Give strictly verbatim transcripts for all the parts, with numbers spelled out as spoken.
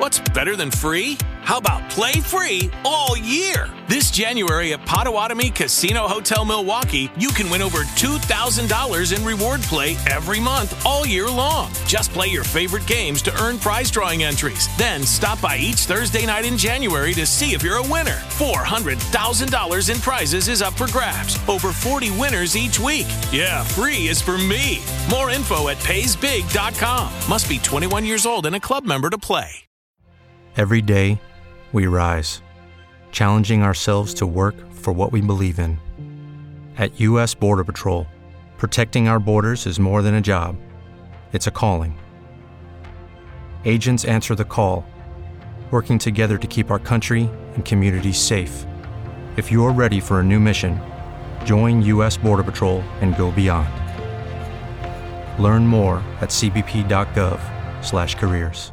What's better than free? How about play free all year? This January at Potawatomi Casino Hotel Milwaukee, you can win over two thousand dollars in reward play every month all year long. Just play your favorite games to earn prize drawing entries. Then stop by each Thursday night in January to see if you're a winner. four hundred thousand dollars in prizes is up for grabs. Over forty winners each week. Yeah, free is for me. More info at pays big dot com. Must be twenty-one years old and a club member to play. Every day, we rise, challenging ourselves to work for what we believe in. At U S Border Patrol, protecting our borders is more than a job. It's a calling. Agents answer the call, working together to keep our country and communities safe. If you're ready for a new mission, join U S Border Patrol and go beyond. Learn more at c b p dot gov slash careers.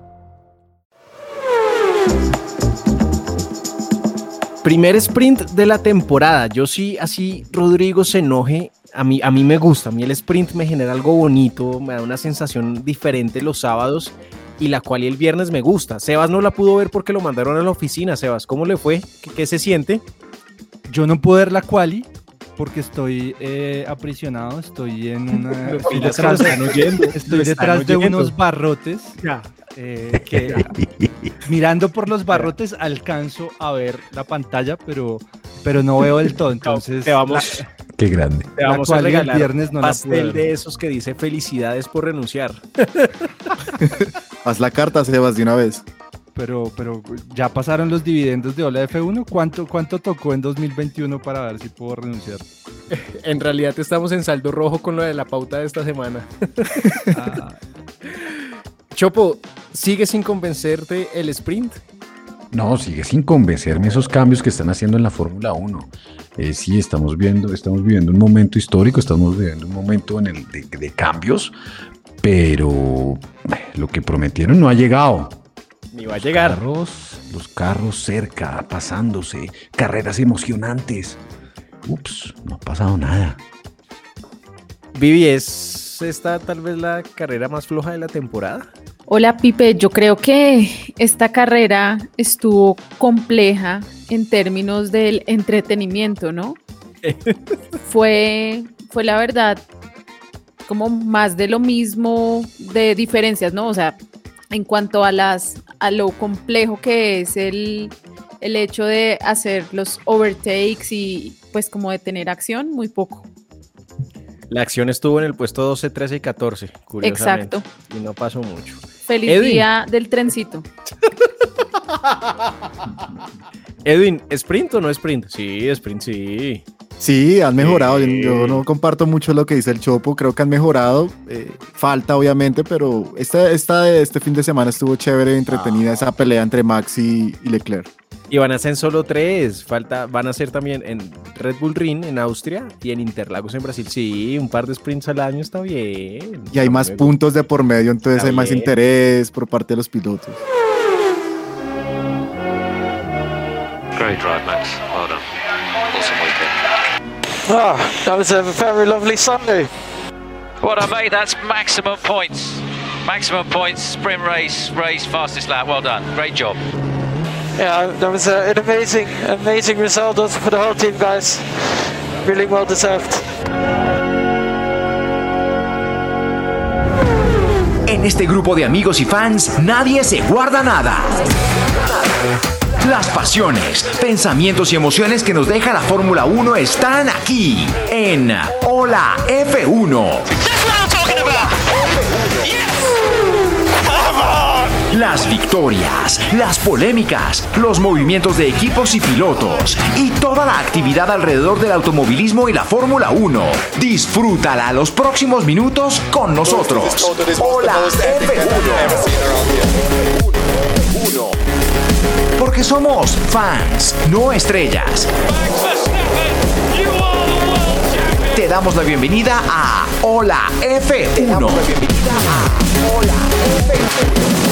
Primer sprint de la temporada. Yo sí, así Rodrigo se enoje, a mí, a mí me gusta. A mí el sprint me genera algo bonito, me da una sensación diferente los sábados y la cual y el viernes me gusta. Sebas no la pudo ver porque lo mandaron a la oficina. Sebas, ¿cómo le fue? ¿Qué, qué se siente? Yo no pude ver la quali porque estoy eh, aprisionado, estoy en una... estoy detrás, estoy detrás de unos barrotes. Ya. Eh, que mirando por los barrotes alcanzo a ver la pantalla, pero, pero no veo del todo. Entonces, te vamos, la, qué grande. Te vamos a regalar viernes no pastel de esos que dice felicidades por renunciar. Haz la carta, Sebas, de una vez. Pero, pero ya pasaron los dividendos de Hola F uno. ¿Cuánto, cuánto tocó en dos mil veintiuno para ver si puedo renunciar? En realidad estamos en saldo rojo con lo de la pauta de esta semana. Ah. Chopo, ¿sigue sin convencerte el sprint? No, sigue sin convencerme esos cambios que están haciendo en la Fórmula uno. Eh, sí, estamos viendo, estamos viviendo un momento histórico, estamos viviendo un momento en el de, de cambios, pero lo que prometieron no ha llegado. Ni va a llegar. Los carros, los carros cerca, pasándose, carreras emocionantes. Ups, no ha pasado nada. Vivi, ¿es esta tal vez la carrera más floja de la temporada? Hola Pipe, yo creo que esta carrera estuvo compleja en términos del entretenimiento, ¿no? fue, fue la verdad como más de lo mismo de diferencias, ¿no? O sea, en cuanto a las a lo complejo que es el, el hecho de hacer los overtakes y pues como de tener acción, muy poco. La acción estuvo en el puesto doce, trece y catorce, curiosamente. Exacto. Y no pasó mucho. Feliz Edwin. Día del trencito. Edwin, ¿sprint o no sprint? Sí, sprint, sí. Sí, han mejorado. Sí. Yo, yo no comparto mucho lo que dice el Chopo. Creo que han mejorado. Eh, falta, obviamente, pero esta, esta de este fin de semana estuvo chévere, entretenida ah. esa pelea entre Max y, y Leclerc. Y van a ser solo tres. Falta, van a ser también en Red Bull Ring en Austria y en Interlagos en Brasil. Sí, un par de sprints al año está bien. Y hay más puntos de por medio, entonces está hay bien. Más interés por parte de los pilotos. Great drive, Max. Well done. Awesome weekend. Oh, that was a very lovely Sunday. Well done, mate. That's maximum points. Maximum points, sprint race, race, fastest lap. Well done. Great job. Yeah, that was a, an amazing, amazing result also for the whole team, guys. Really well deserved. En este grupo de amigos y fans, nadie se guarda nada. Las pasiones, pensamientos y emociones que nos deja la Fórmula uno están aquí en Hola F uno. Las victorias, las polémicas, los movimientos de equipos y pilotos y toda la actividad alrededor del automovilismo y la Fórmula uno. Disfrútala los próximos minutos con nosotros. Hola F uno. Porque somos fans, no estrellas. Te damos la bienvenida a Hola F uno. Te damos la bienvenida a Hola F uno.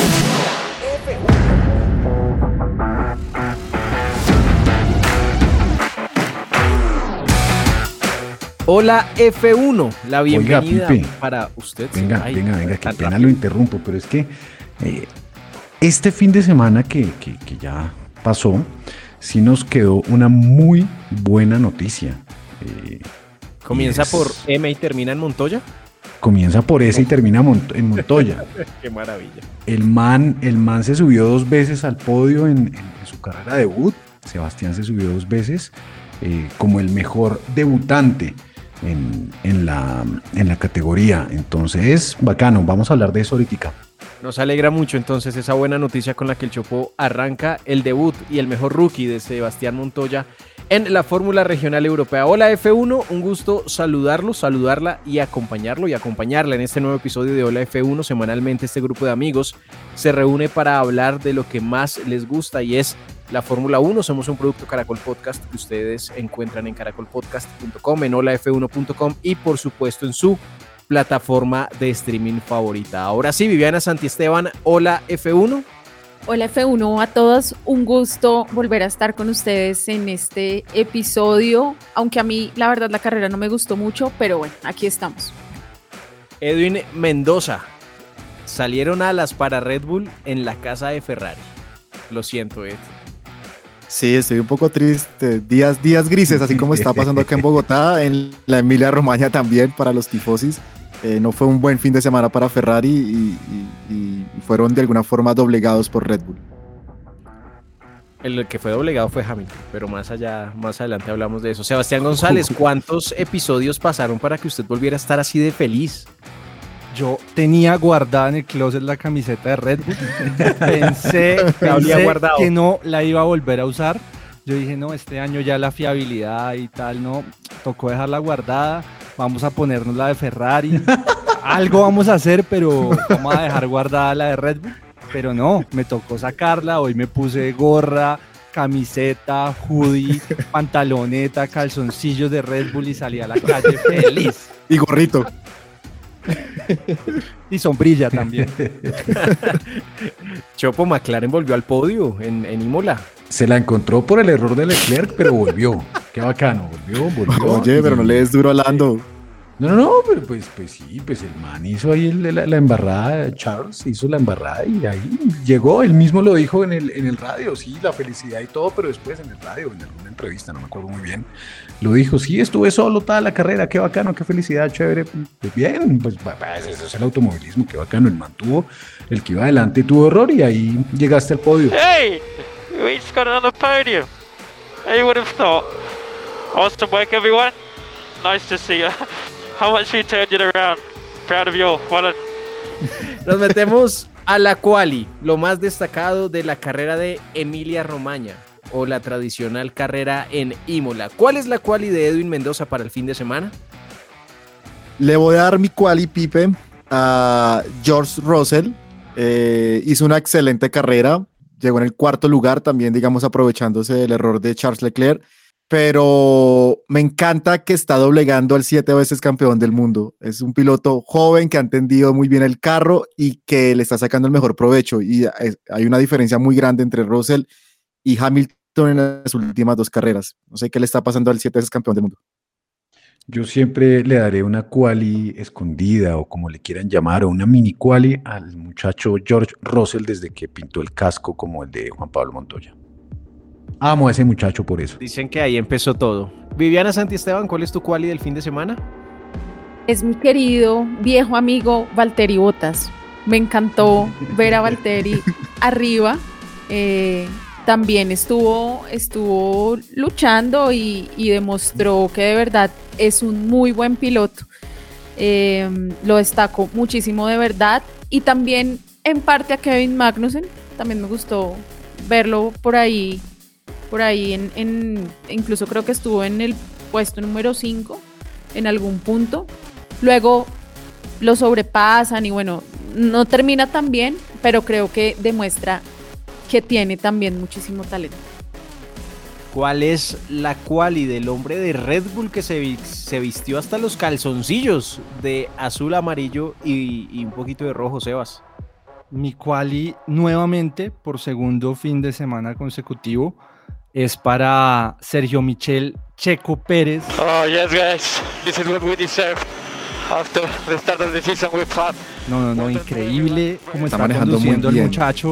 Hola F uno, la bienvenida. Oiga, Pipe, para usted. Venga, Ay, venga, venga, qué pena rápido. lo interrumpo, pero es que eh, este fin de semana que, que, que ya pasó, sí nos quedó una muy buena noticia. Eh, ¿Comienza es, por M y termina en Montoya? Comienza por S y termina Mont- en Montoya. Qué maravilla. El man, el man se subió dos veces al podio en, en, en su carrera debut. Sebastián se subió dos veces eh, como el mejor debutante en, en, la, en la categoría. Entonces, bacano, vamos a hablar de eso ahorita. Nos alegra mucho entonces esa buena noticia con la que el Chopo arranca el debut y el mejor rookie de Sebastián Montoya en la Fórmula Regional Europea. Hola F uno, un gusto saludarlo, saludarla y acompañarlo y acompañarla en este nuevo episodio de Hola F uno. Semanalmente este grupo de amigos se reúne para hablar de lo que más les gusta y es la Fórmula uno. Somos un producto Caracol Podcast que ustedes encuentran en caracol podcast punto com, en hola f uno punto com y por supuesto en su plataforma de streaming favorita. Ahora sí, Viviana Santiesteban, hola F uno. Hola F uno a todos, un gusto volver a estar con ustedes en este episodio, aunque a mí la verdad la carrera no me gustó mucho, pero bueno, aquí estamos. Edwin Mendoza, salieron alas para Red Bull en la casa de Ferrari. Lo siento, Ed. Sí, estoy un poco triste, días, días grises, así como está pasando acá en Bogotá, en la Emilia-Romagna también para los tifosis. Eh, no fue un buen fin de semana para Ferrari y, y, y fueron de alguna forma doblegados por Red Bull. El que fue doblegado fue Hamilton, pero más allá, más adelante hablamos de eso. Sebastián González, ¿cuántos episodios pasaron para que usted volviera a estar así de feliz? Yo tenía guardada en el closet la camiseta de Red Bull. Pensé, pensé que no la iba a volver a usar. Yo dije, no, este año ya la fiabilidad y tal, no, tocó dejarla guardada. Vamos a ponernos la de Ferrari. Algo vamos a hacer, pero vamos a dejar guardada la de Red Bull. Pero no, me tocó sacarla. Hoy me puse gorra, camiseta, hoodie, pantaloneta, calzoncillos de Red Bull y salí a la calle feliz. Y gorrito. Y sombrilla también. Chopo, McLaren volvió al podio en, en Imola. Se la encontró por el error de Leclerc, pero volvió. Qué bacano, volvió, volvió. Oye, y... pero no le des duro a Lando. No, no, no, pero pues, pues sí, pues el man hizo ahí el, la, la embarrada, Charles hizo la embarrada y ahí llegó, él mismo lo dijo en el, en el radio, sí, la felicidad y todo, pero después en el radio, en alguna entrevista, no me acuerdo muy bien, lo dijo, sí, estuve solo toda la carrera, qué bacano, qué felicidad, chévere, pues bien, pues, pues eso es el automovilismo, qué bacano, el man tuvo, el que iba adelante tuvo error y ahí llegaste al podio. Hey, we just got another podium. Who would have thought? Awesome work, everyone. Nice to see you. How much we turned it around. Proud of you all. Well done. Nos metemos a la quali, lo más destacado de la carrera de Emilia-Romagna o la tradicional carrera en Imola. ¿Cuál es la quali de Edwin Mendoza para el fin de semana? Le voy a dar mi quali, Pipe, a George Russell. Eh, hizo una excelente carrera. Llegó en el cuarto lugar, también, digamos, aprovechándose del error de Charles Leclerc. Pero me encanta que está doblegando al siete veces campeón del mundo. Es un piloto joven que ha entendido muy bien el carro y que le está sacando el mejor provecho. Y hay una diferencia muy grande entre Russell y Hamilton en las últimas dos carreras. No sé qué le está pasando al siete veces campeón del mundo. Yo siempre le daré una quali escondida o como le quieran llamar, o una mini quali al muchacho George Russell desde que pintó el casco como el de Juan Pablo Montoya. Amo a ese muchacho por eso. Dicen que ahí empezó todo. Viviana Santiesteban, ¿cuál es tu quali del fin de semana? Es mi querido viejo amigo Valtteri Bottas. Me encantó ver a Valtteri arriba. Eh, también estuvo, estuvo luchando y, y demostró que de verdad es un muy buen piloto. Eh, lo destaco muchísimo de verdad. Y también en parte a Kevin Magnussen. También me gustó verlo por ahí. Por ahí, en, en, incluso creo que estuvo en el puesto número cinco en algún punto. Luego lo sobrepasan y bueno, no termina tan bien, pero creo que demuestra que tiene también muchísimo talento. ¿Cuál es la quali del hombre de Red Bull que se, se vistió hasta los calzoncillos de azul, amarillo y, y un poquito de rojo, Sebas? Mi quali nuevamente por segundo fin de semana consecutivo es para Sergio Michel Checo Pérez. Oh, yes, guys. This is what we deserve after the start of the season we've had. No, no, no, increíble cómo está, está conduciendo el muchacho.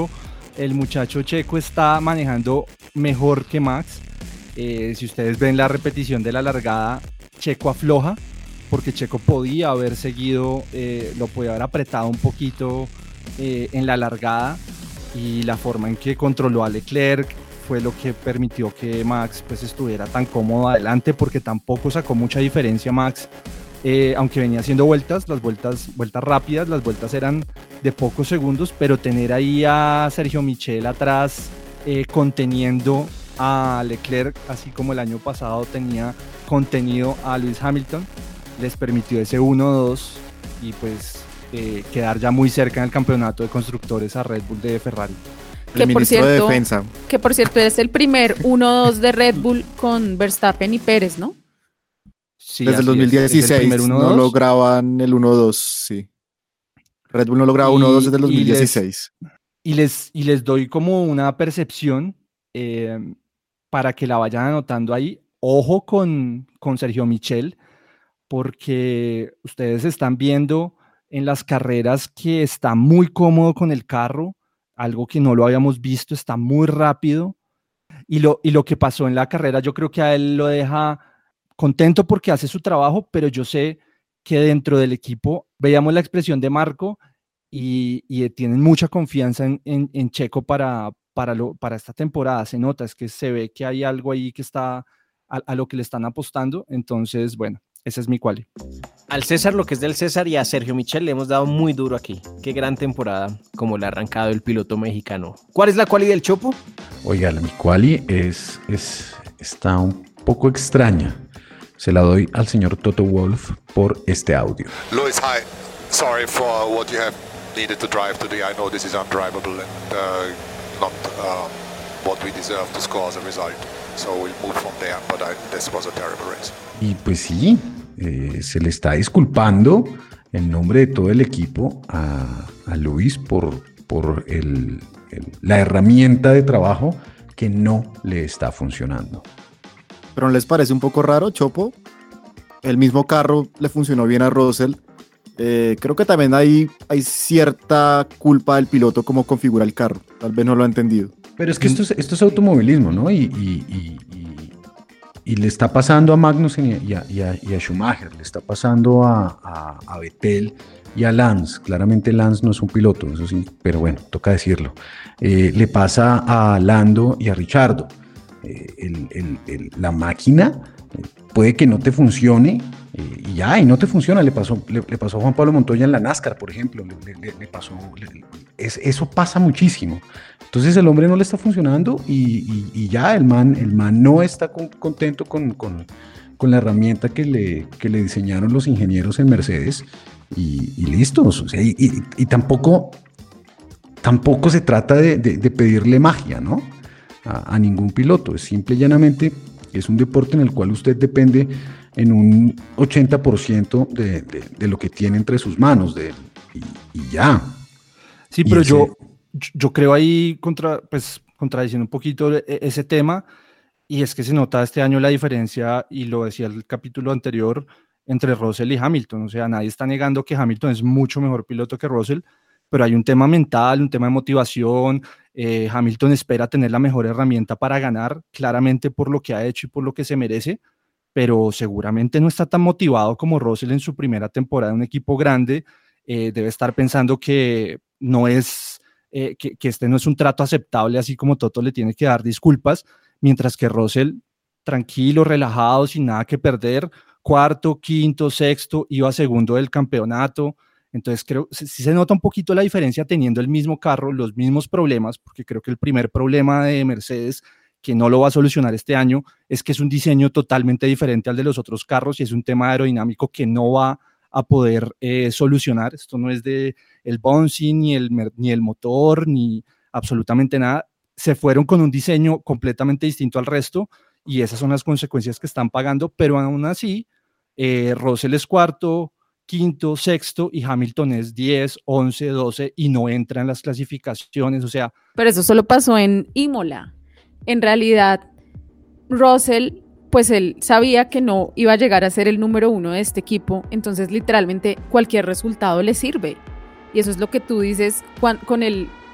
el muchacho Checo está manejando mejor que Max. Eh, si ustedes ven la repetición de la largada, Checo afloja, porque Checo podía haber seguido, eh, lo podía haber apretado un poquito eh, en la largada, y la forma en que controló a Leclerc fue lo que permitió que Max pues estuviera tan cómodo adelante, porque tampoco sacó mucha diferencia Max, eh, aunque venía haciendo vueltas, las vueltas, vueltas rápidas, las vueltas eran de pocos segundos, pero tener ahí a Sergio Michel atrás eh, conteniendo a Leclerc, así como el año pasado tenía contenido a Lewis Hamilton, les permitió ese uno dos y pues eh, quedar ya muy cerca en el campeonato de constructores a Red Bull de Ferrari. Que por, cierto, de defensa. que por cierto es el primer uno dos de Red Bull con Verstappen y Pérez, ¿no? Sí, desde el dos mil dieciséis es, el no lograban el uno dos, sí. Red Bull no lograba uno dos desde el dos mil dieciséis. Y les, y les, y les doy como una percepción eh, para que la vayan anotando ahí. Ojo con, con Sergio Michel, porque ustedes están viendo en las carreras que está muy cómodo con el carro, algo que no lo habíamos visto, está muy rápido, y lo, y lo que pasó en la carrera yo creo que a él lo deja contento porque hace su trabajo, pero yo sé que dentro del equipo veíamos la expresión de Marco y, y tienen mucha confianza en, en, en Checo para, para, lo, para esta temporada, se nota, es que se ve que hay algo ahí que está a, a lo que le están apostando, entonces bueno, ese es mi quali. Al César lo que es del César, y a Sergio Michel le hemos dado muy duro aquí. Qué gran temporada como le ha arrancado el piloto mexicano. ¿Cuál es la quali del Chopo? Oiga, mi quali es, es, está un poco extraña. Se la doy al señor Toto Wolff por este audio. Lewis, hi. Sorry for what you have needed to drive today. I know this is undrivable and uh, not uh, what we deserve to score as a result. So we'll move from there, but I, this was a terrible race. Y pues sí, eh, se le está disculpando en nombre de todo el equipo a, a Luis por, por el, el, la herramienta de trabajo que no le está funcionando. ¿Pero no les parece un poco raro, Chopo? El mismo carro le funcionó bien a Russell. Eh, creo que también hay, hay cierta culpa del piloto cómo configura el carro. Tal vez no lo ha entendido. Pero es que esto es, esto es automovilismo, ¿no? Y, y, y, y, y le está pasando a Magnussen y a, y a, y a Schumacher, le está pasando a, a, a Vettel y a Lance. Claramente Lance no es un piloto, eso sí, pero bueno, toca decirlo. Eh, le pasa a Lando y a Ricciardo. Eh, el, el, el, la máquina eh, puede que no te funcione eh, y ya, y no te funciona. Le pasó, le, le pasó a Juan Pablo Montoya en la NASCAR, por ejemplo. Le, le, le pasó, le, es, eso pasa muchísimo. Entonces el hombre no le está funcionando y, y, y ya el man, el man no está con, contento con, con, con la herramienta que le, que le diseñaron los ingenieros en Mercedes y, y listos. O sea, y, y, y tampoco, tampoco se trata de, de, de pedirle magia, ¿no? A, a ningún piloto. Es simple y llanamente, es un deporte en el cual usted depende en un ochenta por ciento de, de, de lo que tiene entre sus manos de, y, y ya. Sí, pero ese... yo... Yo creo ahí, contra, pues, contradiciendo un poquito ese tema, y es que se nota este año la diferencia, y lo decía el capítulo anterior, entre Russell y Hamilton. O sea, nadie está negando que Hamilton es mucho mejor piloto que Russell, pero hay un tema mental, un tema de motivación. eh, Hamilton espera tener la mejor herramienta para ganar, claramente por lo que ha hecho y por lo que se merece, pero seguramente no está tan motivado como Russell en su primera temporada en un equipo grande. Eh, debe estar pensando que no es... Eh, que, que este no es un trato aceptable, así como Toto le tiene que dar disculpas, mientras que Russell, tranquilo, relajado, sin nada que perder, cuarto, quinto, sexto, iba segundo del campeonato. Entonces creo que sí se nota un poquito la diferencia teniendo el mismo carro, los mismos problemas, porque creo que el primer problema de Mercedes, que no lo va a solucionar este año, es que es un diseño totalmente diferente al de los otros carros y es un tema aerodinámico que no va a poder eh, solucionar. Esto no es de el bouncing, ni el, ni el motor, ni absolutamente nada. Se fueron con un diseño completamente distinto al resto y esas son las consecuencias que están pagando, pero aún así eh, Russell es cuarto, quinto, sexto y Hamilton es diez, once, doce y no entra en las clasificaciones, o sea... Pero eso solo pasó en Imola. En realidad, Russell... pues él sabía que no iba a llegar a ser el número uno de este equipo, entonces literalmente cualquier resultado le sirve. Y eso es lo que tú dices con el,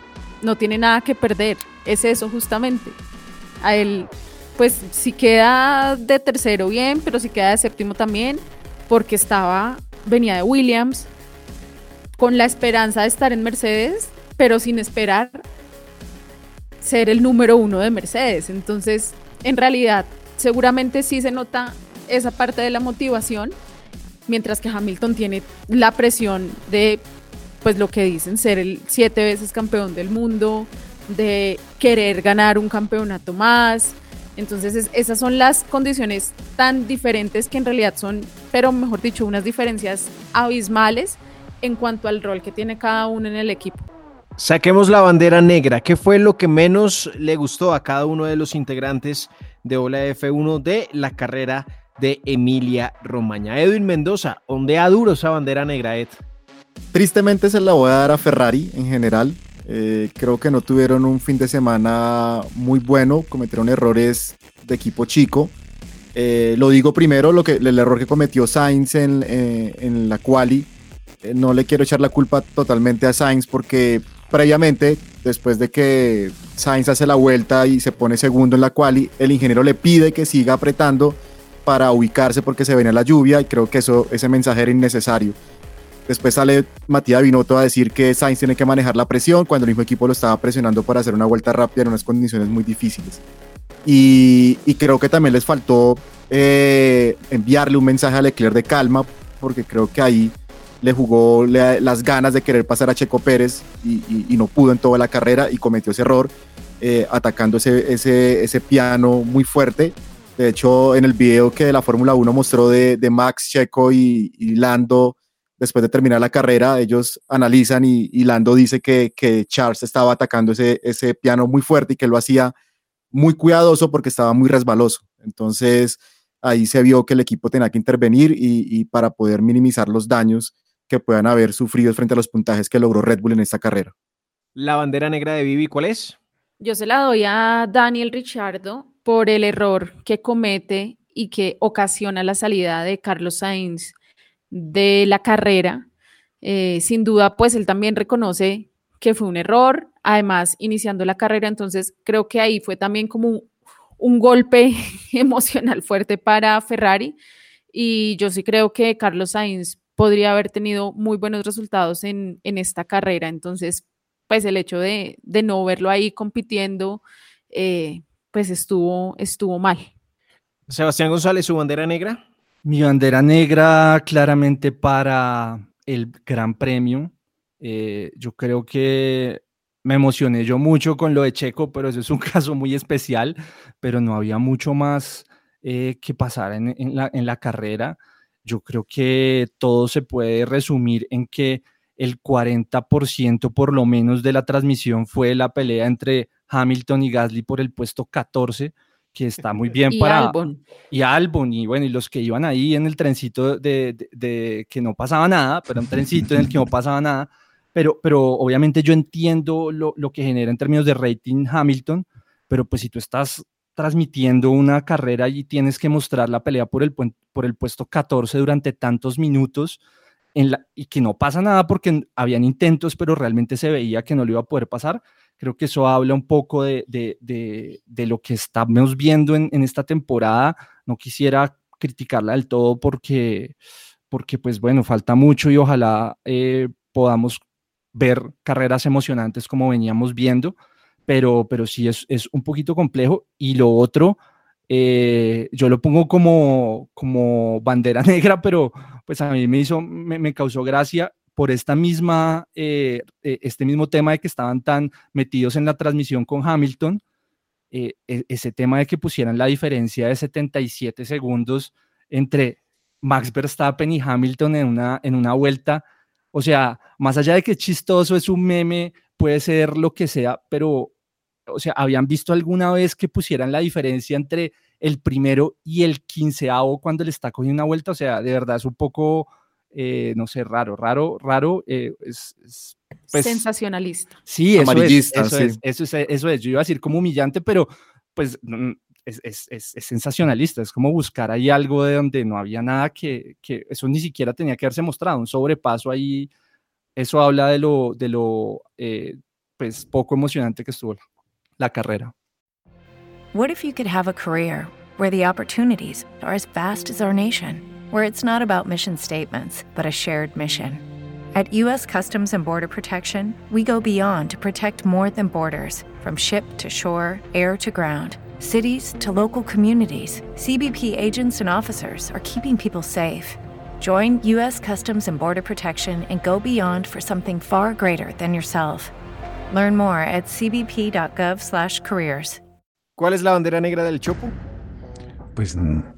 no tiene nada que perder, es eso justamente. A él, pues si queda de tercero bien, pero si queda de séptimo también, porque estaba, venía de Williams, con la esperanza de estar en Mercedes, pero sin esperar ser el número uno de Mercedes. Entonces, en realidad, seguramente sí se nota esa parte de la motivación, mientras que Hamilton tiene la presión de, pues lo que dicen, ser el siete veces campeón del mundo, de querer ganar un campeonato más. Entonces es, esas son las condiciones tan diferentes que en realidad son, pero mejor dicho, unas diferencias abismales en cuanto al rol que tiene cada uno en el equipo. Saquemos la bandera negra. ¿Qué fue lo que menos le gustó a cada uno de los integrantes de Hola F uno de la carrera de Emilia Romagna? Edwin Mendoza, ondea duro esa bandera negra, Ed. Tristemente se la voy a dar a Ferrari en general. Eh, creo que no tuvieron un fin de semana muy bueno, cometieron errores de equipo chico. Eh, lo digo primero, lo que, el error que cometió Sainz en, eh, en la quali, eh, no le quiero echar la culpa totalmente a Sainz porque previamente, después de que Sainz hace la vuelta y se pone segundo en la quali, el ingeniero le pide que siga apretando para ubicarse porque se venía la lluvia y creo que eso, ese mensaje era innecesario. Después sale Matías Binotto a decir que Sainz tiene que manejar la presión cuando el mismo equipo lo estaba presionando para hacer una vuelta rápida en unas condiciones muy difíciles. Y, y creo que también les faltó eh, enviarle un mensaje a Leclerc de calma, porque creo que ahí le jugó le, las ganas de querer pasar a Checo Pérez y, y, y no pudo en toda la carrera y cometió ese error, eh, atacando ese, ese, ese piano muy fuerte. De hecho, en el video que la Fórmula uno mostró de, de Max, Checo y, y Lando, después de terminar la carrera, ellos analizan y, y Lando dice que, que Charles estaba atacando ese, ese piano muy fuerte y que lo hacía muy cuidadoso porque estaba muy resbaloso. Entonces ahí se vio que el equipo tenía que intervenir y, y para poder minimizar los daños que puedan haber sufrido frente a los puntajes que logró Red Bull en esta carrera. La bandera negra de Vivi, ¿cuál es? Yo se la doy a Daniel Ricciardo por el error que comete y que ocasiona la salida de Carlos Sainz de la carrera. Eh, sin duda, pues él también reconoce que fue un error, además iniciando la carrera, entonces creo que ahí fue también como un, un golpe emocional fuerte para Ferrari y yo sí creo que Carlos Sainz podría haber tenido muy buenos resultados en, en esta carrera, entonces pues el hecho de, de no verlo ahí compitiendo, eh, pues estuvo, estuvo mal. Sebastián González, ¿su bandera negra? Mi bandera negra claramente para el Gran Premio. Eh, yo creo que me emocioné yo mucho con lo de Checo, pero eso es un caso muy especial, pero no había mucho más eh, que pasar en, en, la, en la carrera. Yo creo que todo se puede resumir en que el cuarenta por ciento por lo menos de la transmisión fue la pelea entre Hamilton y Gasly por el puesto catorce, que está muy bien y para... Albon. Y Albon, y bueno, y los que iban ahí en el trencito de, de, de que no pasaba nada, pero un trencito en el que no pasaba nada, pero, pero obviamente yo entiendo lo, lo que genera en términos de rating Hamilton, pero pues si tú estás transmitiendo una carrera y tienes que mostrar la pelea por el, por el puesto catorce durante tantos minutos, en la, y que no pasa nada porque habían intentos, pero realmente se veía que no lo iba a poder pasar. Creo que eso habla un poco de, de, de, de lo que estamos viendo en, en esta temporada. No quisiera criticarla del todo porque, porque pues bueno, falta mucho y ojalá eh, podamos ver carreras emocionantes como veníamos viendo, pero, pero sí es, es un poquito complejo. Y lo otro, eh, yo lo pongo como, como bandera negra, pero pues a mí me hizo, me, me causó gracia por esta misma, eh, este mismo tema de que estaban tan metidos en la transmisión con Hamilton, eh, ese tema de que pusieran la diferencia de setenta y siete segundos entre Max Verstappen y Hamilton en una, en una vuelta. O sea, más allá de que es chistoso, es un meme, puede ser lo que sea, pero, o sea, ¿habían visto alguna vez que pusieran la diferencia entre el primero y el quinceavo cuando le está cogiendo una vuelta? O sea, de verdad es un poco... Eh, no sé, raro, raro, raro, eh, es, es pues, sensacionalista. Sí, eso es, eso, sí. es, eso es, eso es, yo iba a decir como humillante, pero pues es, es, es, es sensacionalista, es como buscar ahí algo de donde no había nada que, que eso ni siquiera tenía que haberse mostrado, un sobrepaso ahí, eso habla de lo, de lo, eh, pues poco emocionante que estuvo la carrera. What if you could have a career where the opportunities are as vast as our nation, where it's not about mission statements, but a shared mission? At U S Customs and Border Protection, we go beyond to protect more than borders, from ship to shore, air to ground, cities to local communities. C B P agents and officers are keeping people safe. Join U S Customs and Border Protection and go beyond for something far greater than yourself. Learn more at c b p dot gov slash careers. ¿Cuál es la bandera negra del Chopo? Pues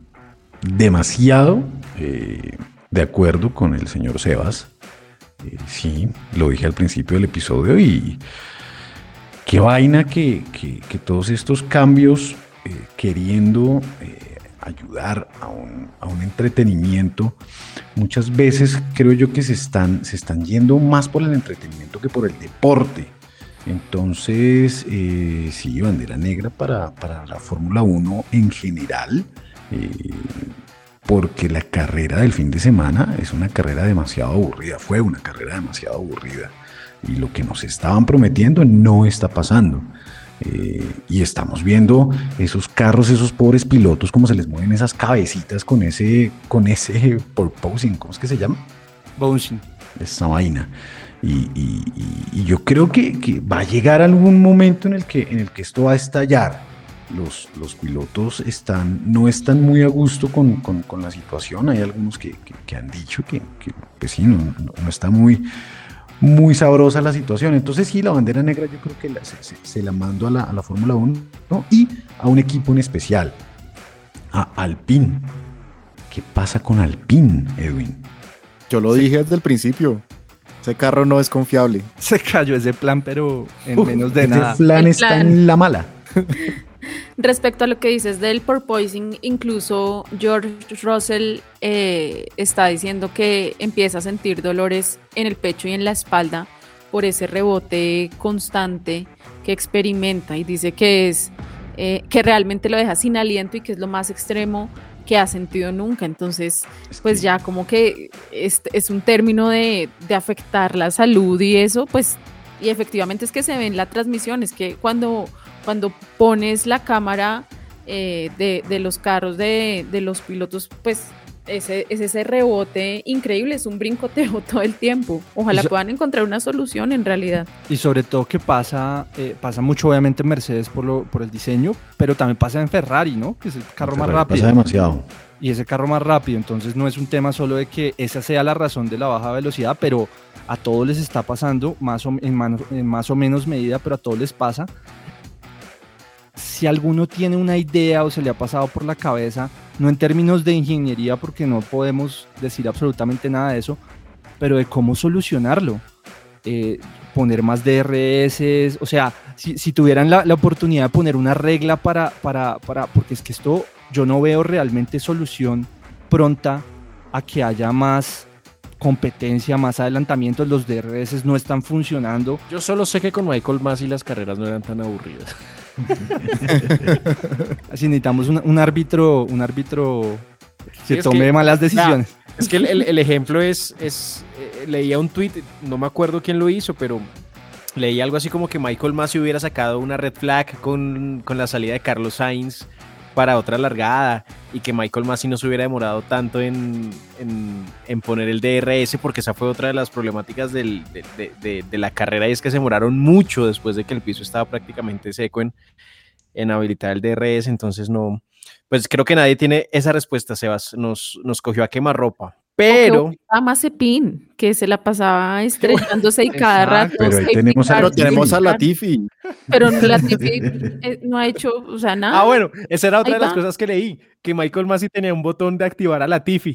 demasiado eh, de acuerdo con el señor Sebas. Eh, sí, lo dije al principio del episodio y qué vaina que, que, que todos estos cambios eh, queriendo eh, ayudar a un, a un entretenimiento, muchas veces creo yo que se están, se están yendo más por el entretenimiento que por el deporte. Entonces, eh, sí, bandera negra para, para la Fórmula uno en general, eh, porque la carrera del fin de semana es una carrera demasiado aburrida, fue una carrera demasiado aburrida, y lo que nos estaban prometiendo no está pasando. Eh, y estamos viendo esos carros, esos pobres pilotos, cómo se les mueven esas cabecitas con ese, con ese porpoising, ¿cómo es que se llama? Bouncing. Esa vaina. Y, y, y, y yo creo que, que va a llegar algún momento en el que, en el que esto va a estallar. Los, los pilotos están, no están muy a gusto con, con, con la situación. Hay algunos que, que, que han dicho que, que pues sí, no, no, no está muy, muy sabrosa la situación. Entonces sí, la bandera negra yo creo que la, se, se, se la mando a la, a la Fórmula uno, ¿no? Y a un equipo en especial, a Alpine. ¿Qué pasa con Alpine, Edwin? Yo lo dije desde el principio. Ese carro no es confiable. Se cayó ese plan, pero en Uf, menos de nada. Ese plan El está plan. en la mala. Respecto a lo que dices del porpoising, incluso George Russell eh, está diciendo que empieza a sentir dolores en el pecho y en la espalda por ese rebote constante que experimenta, y dice que es eh, que realmente lo deja sin aliento y que es lo más extremo que ha sentido nunca. Entonces, pues ya como que es, es un término de, de afectar la salud y eso, pues, y efectivamente es que se ve en la transmisión, es que cuando, cuando pones la cámara eh, de, de los carros de, de los pilotos, pues ese, es ese rebote increíble, es un brincoteo todo el tiempo. Ojalá so- puedan encontrar una solución en realidad. Y sobre todo que pasa, eh, pasa mucho obviamente en Mercedes por, lo, por el diseño, pero también pasa en Ferrari, ¿no? Que es el carro En más Ferrari rápido. Pasa demasiado. Y ese carro más rápido, entonces no es un tema solo de que esa sea la razón de la baja velocidad, pero a todos les está pasando, más o, en, man, en más o menos medida, pero a todos les pasa. Si alguno tiene una idea o se le ha pasado por la cabeza, no en términos de ingeniería, porque no podemos decir absolutamente nada de eso, pero de cómo solucionarlo, eh, poner más D R S, o sea, si, si tuvieran la, la oportunidad de poner una regla para, para, para, porque es que esto, yo no veo realmente solución pronta a que haya más competencia, más adelantamientos, los D R S no están funcionando. Yo solo sé que con Michael Masi las carreras no eran tan aburridas. Así necesitamos un, un árbitro, un árbitro que Sí, tome que, malas decisiones. Nah, es que el, el, el ejemplo es, es eh, leía un tweet, no me acuerdo quién lo hizo, pero leí algo así como que Michael Masi hubiera sacado una red flag con, con la salida de Carlos Sainz para otra largada, y que Michael Masi no se hubiera demorado tanto en, en, en poner el D R S, porque esa fue otra de las problemáticas del, de, de, de, de la carrera, y es que se demoraron mucho después de que el piso estaba prácticamente seco en, en habilitar el D R S. Entonces no, pues creo que nadie tiene esa respuesta, Sebas, nos, nos cogió a quemarropa. Pero a Mazepin, que se la pasaba estrellándose y cada rato. Pero ahí tenemos a, pero tenemos a Latifi. Pero Latifi eh, no ha hecho, o sea, nada. Ah, bueno, esa era otra Ahí de las va. cosas que leí, que Michael Masi tenía un botón de activar a Latifi.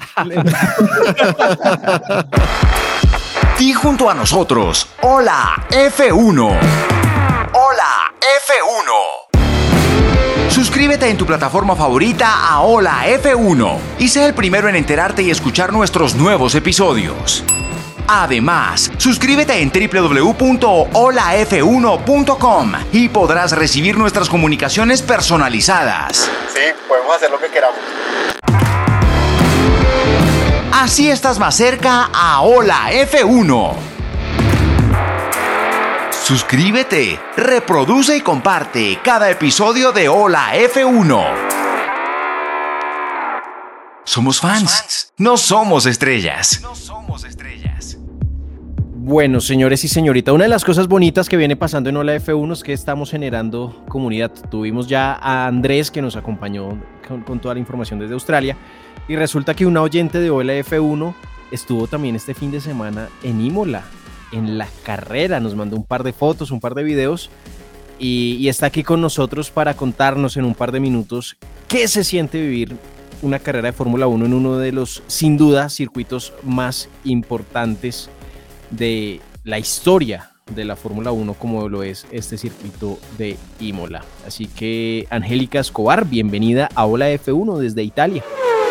Di junto a nosotros, hola F uno. Hola F uno. Suscríbete en tu plataforma favorita a Hola F uno y sé el primero en enterarte y escuchar nuestros nuevos episodios. Además, suscríbete en doble u doble u doble u punto hola f uno punto com y podrás recibir nuestras comunicaciones personalizadas. Sí, podemos hacer lo que queramos. Así estás más cerca a Hola F uno. Suscríbete, reproduce y comparte cada episodio de Hola F uno. Somos fans, no somos estrellas. No somos estrellas. Bueno, señores y señoritas, una de las cosas bonitas que viene pasando en Hola F uno es que estamos generando comunidad. Tuvimos ya a Andrés, que nos acompañó con, con toda la información desde Australia, y resulta que una oyente de Hola F uno estuvo también este fin de semana en Imola, en la carrera. Nos mandó un par de fotos, un par de videos, y, y está aquí con nosotros para contarnos en un par de minutos qué se siente vivir una carrera de Fórmula uno en uno de los, sin duda, circuitos más importantes de la historia de la Fórmula uno, como lo es este circuito de Imola. Así que, Angélica Escobar, bienvenida a Hola F uno desde Italia.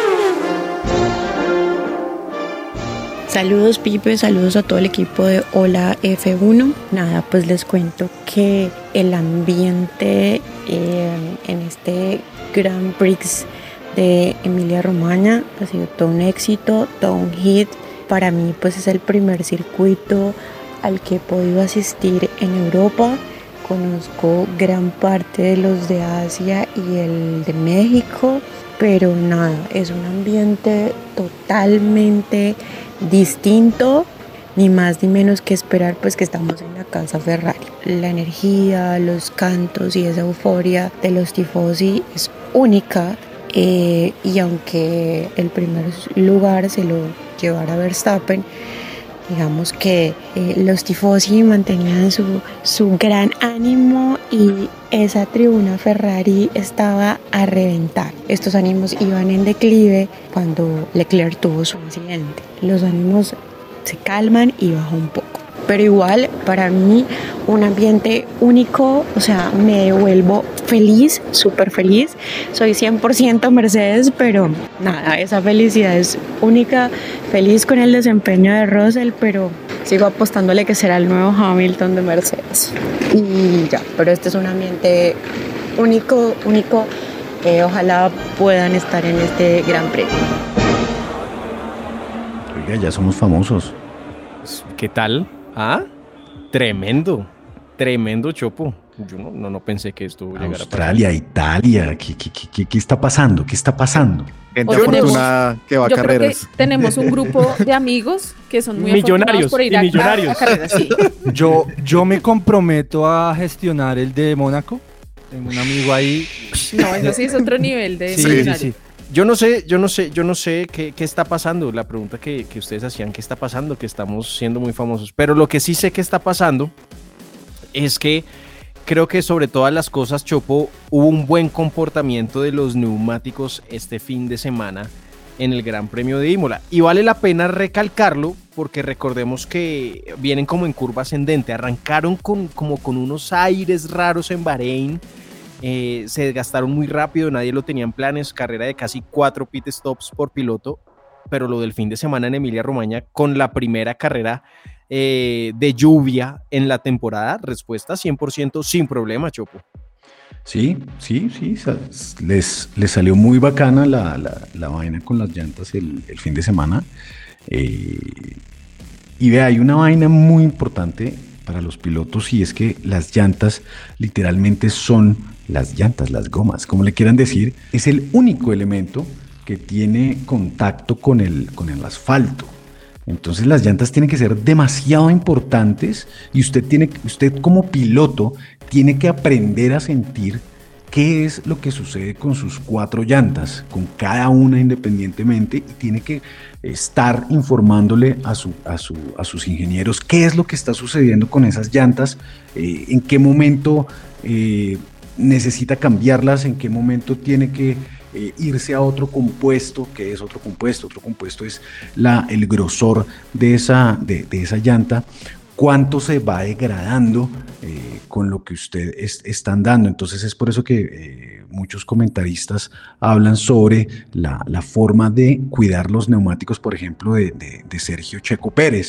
Saludos Pipe, saludos a todo el equipo de Hola F uno. Nada, pues les cuento que el ambiente eh, en este Grand Prix de Emilia-Romagna ha sido todo un éxito, todo un hit. Para mí pues es el primer circuito al que he podido asistir en Europa. Conozco gran parte de los de Asia y el de México, pero nada, es un ambiente totalmente distinto, ni más ni menos que esperar pues que estamos en la casa Ferrari. La energía, los cantos y esa euforia de los tifosi es única, eh, y aunque el primer lugar se lo llevara Verstappen, digamos que eh, los tifosi mantenían su, su gran ánimo y esa tribuna Ferrari estaba a reventar. Estos ánimos iban en declive cuando Leclerc tuvo su incidente. Los ánimos se calman y bajan un poco. Pero igual, para mí, un ambiente único, o sea, me devuelvo feliz, súper feliz. Soy cien por ciento Mercedes, pero nada, esa felicidad es única. Feliz con el desempeño de Russell, pero sigo apostándole que será el nuevo Hamilton de Mercedes. Y ya, pero este es un ambiente único, único. Eh, ojalá puedan estar en este Gran Premio. Oiga, ya somos famosos. ¿Qué tal? ¿Ah? Tremendo, tremendo, Chopo. Yo no, no, no pensé que esto llegara a pasar. Australia, Italia, ¿qué, qué, qué, qué está pasando? ¿Qué está pasando? Gente afortunada que va a carreras. Creo que tenemos un grupo de amigos que son muy millonarios por ir y a, millonarios. a, a carreras. Sí. Yo, yo me comprometo a gestionar el de Mónaco. Tengo un amigo ahí. No, eso sí es otro nivel de sí, millonario. Sí, sí. Yo no sé, yo no sé, yo no sé qué, qué está pasando. La pregunta que, que ustedes hacían, ¿qué está pasando? Que estamos siendo muy famosos. Pero lo que sí sé que está pasando es que creo que sobre todas las cosas, Chopo, hubo un buen comportamiento de los neumáticos este fin de semana en el Gran Premio de Imola. Y vale la pena recalcarlo porque recordemos que vienen como en curva ascendente. Arrancaron con, como con unos aires raros en Bahrein. Eh, se desgastaron muy rápido, nadie lo tenía en planes, carrera de casi cuatro pit stops por piloto, pero lo del fin de semana en Emilia-Romagna con la primera carrera eh, de lluvia en la temporada, respuesta cien por ciento sin problema, Chopo. Sí, sí, sí, les, les salió muy bacana la, la, la vaina con las llantas el, el fin de semana. Eh, y vea, hay una vaina muy importante para los pilotos y es que las llantas literalmente son las llantas, las gomas, como le quieran decir, es el único elemento que tiene contacto con el, con el asfalto. Entonces las llantas tienen que ser demasiado importantes y usted, tiene, usted como piloto tiene que aprender a sentir qué es lo que sucede con sus cuatro llantas, con cada una independientemente, y tiene que estar informándole a, su, a, su, a sus ingenieros qué es lo que está sucediendo con esas llantas, eh, en qué momento eh, necesita cambiarlas, en qué momento tiene que eh, irse a otro compuesto. ¿Qué es otro compuesto? Otro compuesto es la, el grosor de esa, de, de esa llanta, cuánto se va degradando eh, con lo que usted es, están dando. Entonces es por eso que eh, muchos comentaristas hablan sobre la, la forma de cuidar los neumáticos, por ejemplo, de, de, de Sergio Checo Pérez,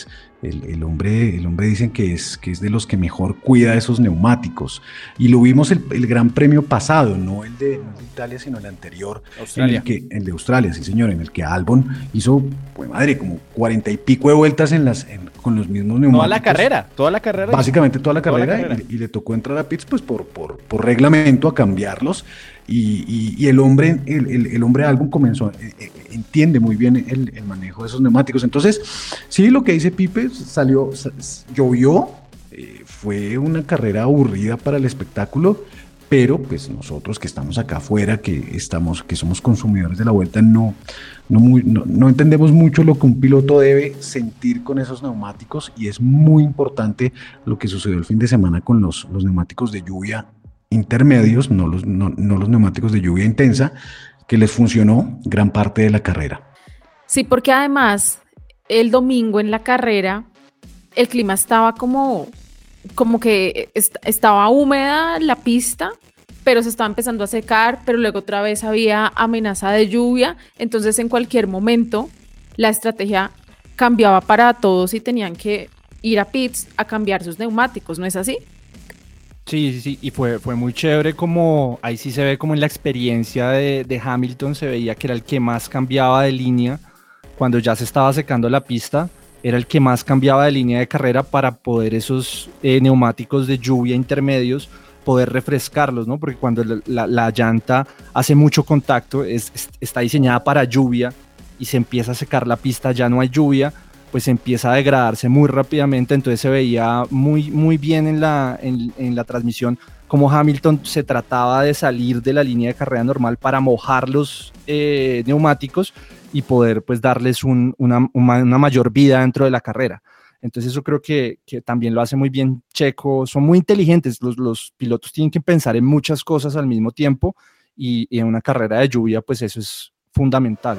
El, el, hombre, el hombre dicen que es, que es de los que mejor cuida esos neumáticos. Y lo vimos el, el Gran Premio pasado, no el, de, no el de Italia, sino el anterior. Australia. En el, que, el de Australia, sí señor, en el que Albon hizo, pues madre, como cuarenta y pico de vueltas en las, en, con los mismos neumáticos. Toda la carrera, toda la carrera. Básicamente toda la toda carrera, la carrera. Y, y le tocó entrar a pits pues por, por, por reglamento a cambiarlos. Y, y, y el hombre, el, el, el hombre Albon comenzó, eh, eh, entiende muy bien el, el manejo de esos neumáticos. Entonces, sí, lo que dice Pipe, salió, llovió, eh, fue una carrera aburrida para el espectáculo, pero pues nosotros que estamos acá afuera, que estamos, que somos consumidores de la vuelta, no, no, muy, no, no entendemos mucho lo que un piloto debe sentir con esos neumáticos, y es muy importante lo que sucedió el fin de semana con los, los neumáticos de lluvia intermedios, no los, no, no los neumáticos de lluvia intensa, que les funcionó gran parte de la carrera. Sí, porque además el domingo en la carrera el clima estaba como, como que est- estaba húmeda la pista, pero se estaba empezando a secar, pero luego otra vez había amenaza de lluvia, entonces en cualquier momento la estrategia cambiaba para todos y tenían que ir a pits a cambiar sus neumáticos, ¿no es así? Sí, sí, sí, y fue, fue muy chévere, como ahí sí se ve como en la experiencia de, de Hamilton, se veía que era el que más cambiaba de línea cuando ya se estaba secando la pista, era el que más cambiaba de línea de carrera para poder esos eh, neumáticos de lluvia intermedios poder refrescarlos, ¿no? Porque cuando la, la, la llanta hace mucho contacto, es, es, está diseñada para lluvia y se empieza a secar la pista, ya no hay lluvia, pues empieza a degradarse muy rápidamente, entonces se veía muy, muy bien en la, en, en la transmisión como Hamilton se trataba de salir de la línea de carrera normal para mojar los eh, neumáticos y poder pues darles un, una, una, una mayor vida dentro de la carrera. Entonces eso creo que, que también lo hace muy bien Checo, son muy inteligentes, los, los pilotos tienen que pensar en muchas cosas al mismo tiempo y, y en una carrera de lluvia pues eso es fundamental.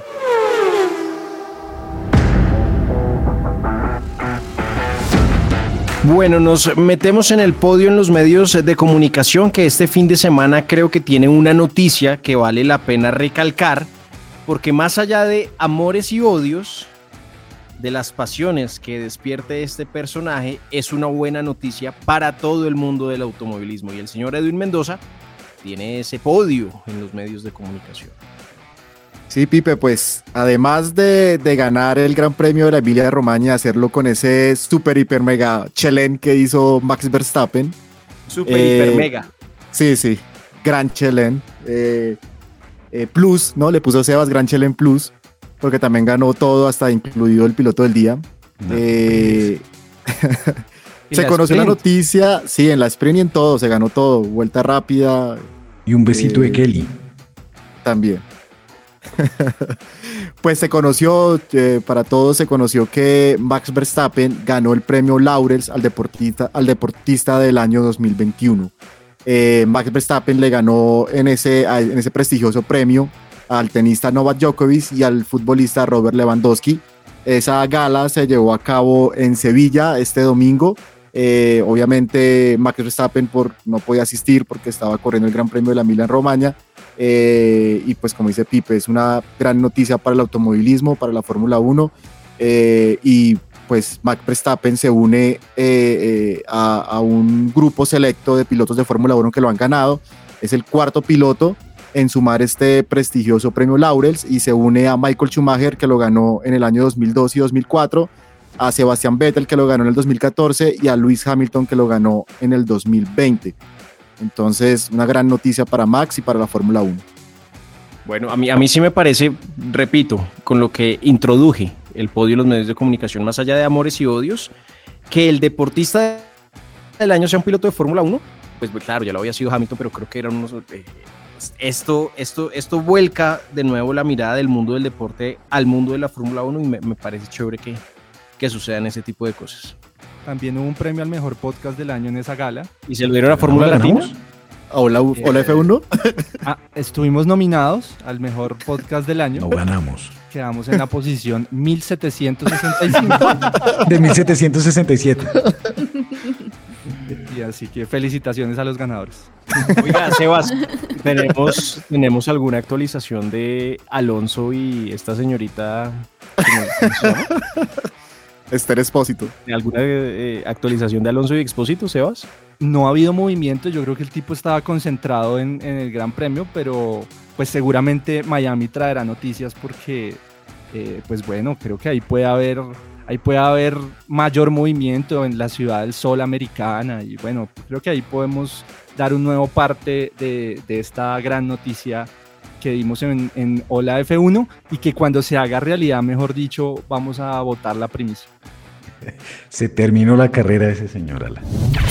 Bueno, nos metemos en el podio en los medios de comunicación, que este fin de semana creo que tiene una noticia que vale la pena recalcar, porque más allá de amores y odios, de las pasiones que despierte este personaje, es una buena noticia para todo el mundo del automovilismo. Y el señor Edwin Mendoza tiene ese podio en los medios de comunicación. Sí, Pipe, pues además de, de ganar el Gran Premio de la Emilia-Romagna, hacerlo con ese super, hiper, mega chelén que hizo Max Verstappen. Super, eh, hiper, mega. Sí, sí, gran chelén. Eh, eh, plus, ¿no? Le puso Sebas Gran Chelén Plus, porque también ganó todo, hasta incluido el piloto del día. No, eh, se conoció la noticia, sí, en la sprint y en todo, se ganó todo, vuelta rápida. Y un besito eh, de Kelly. También. Pues se conoció, eh, para todos se conoció que Max Verstappen ganó el premio Laurels al deportista, al deportista del año dos mil veintiuno. Eh, Max Verstappen le ganó en ese, en ese prestigioso premio al tenista Novak Djokovic y al futbolista Robert Lewandowski. Esa gala se llevó a cabo en Sevilla este domingo. Eh, obviamente Max Verstappen por, no podía asistir porque estaba corriendo el Gran Premio de la Emilia-Romagna. Eh, y pues como dice Pipe, es una gran noticia para el automovilismo, para la Fórmula uno, eh, y pues Max Verstappen se une eh, eh, a, a un grupo selecto de pilotos de Fórmula uno que lo han ganado. Es el cuarto piloto en sumar este prestigioso premio Laurels y se une a Michael Schumacher, que lo ganó en el año dos mil dos y dos mil cuatro, a Sebastian Vettel, que lo ganó en el dos mil catorce, y a Lewis Hamilton, que lo ganó en el dos mil veinte. Entonces, una gran noticia para Max y para la Fórmula uno. Bueno, a mí, a mí sí me parece, repito, con lo que introduje el podio en los medios de comunicación, más allá de amores y odios, que el deportista del año sea un piloto de Fórmula uno, pues claro, ya lo había sido Hamilton, pero creo que eran unos... Eh, esto, esto, esto vuelca de nuevo la mirada del mundo del deporte al mundo de la Fórmula uno y me, me parece chévere que, que sucedan ese tipo de cosas. También hubo un premio al mejor podcast del año en esa gala. ¿Y se lo dieron a Fórmula Latina? Hola, hola F uno. Ah, estuvimos nominados al mejor podcast del año. No ganamos. Quedamos en la posición mil setecientos sesenta y cinco. De mil setecientos sesenta y siete. Y así que felicitaciones a los ganadores. Oiga, Sebas, ¿tenemos, ¿tenemos alguna actualización de Alonso y esta señorita? Esther Expósito. ¿Alguna eh, actualización de Alonso y Expósito, Sebas? No ha habido movimiento, yo creo que el tipo estaba concentrado en, en el Gran Premio, pero pues seguramente Miami traerá noticias porque, eh, pues bueno, creo que ahí puede haber, ahí puede haber mayor movimiento en la Ciudad del Sol americana y bueno, creo que ahí podemos dar un nuevo parte de, de esta gran noticia que dimos en, en Hola F uno y que cuando se haga realidad, mejor dicho, vamos a votar la primicia. Se terminó la carrera de ese señor, Alan.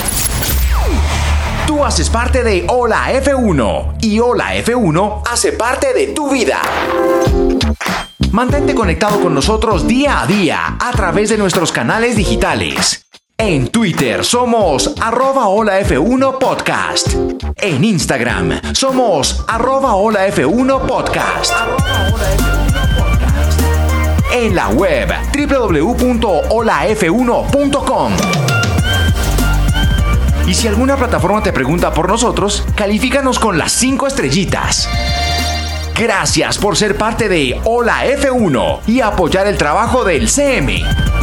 Tú haces parte de Hola F uno y Hola F uno hace parte de tu vida. Mantente conectado con nosotros día a día a través de nuestros canales digitales. En Twitter somos arroba Hola F uno Podcast. En Instagram somos arroba Hola F uno Podcast. En la web doble u doble u doble u punto hola f uno punto com. Y si alguna plataforma te pregunta por nosotros, califícanos con las cinco estrellitas. Gracias por ser parte de Hola F uno y apoyar el trabajo del C M.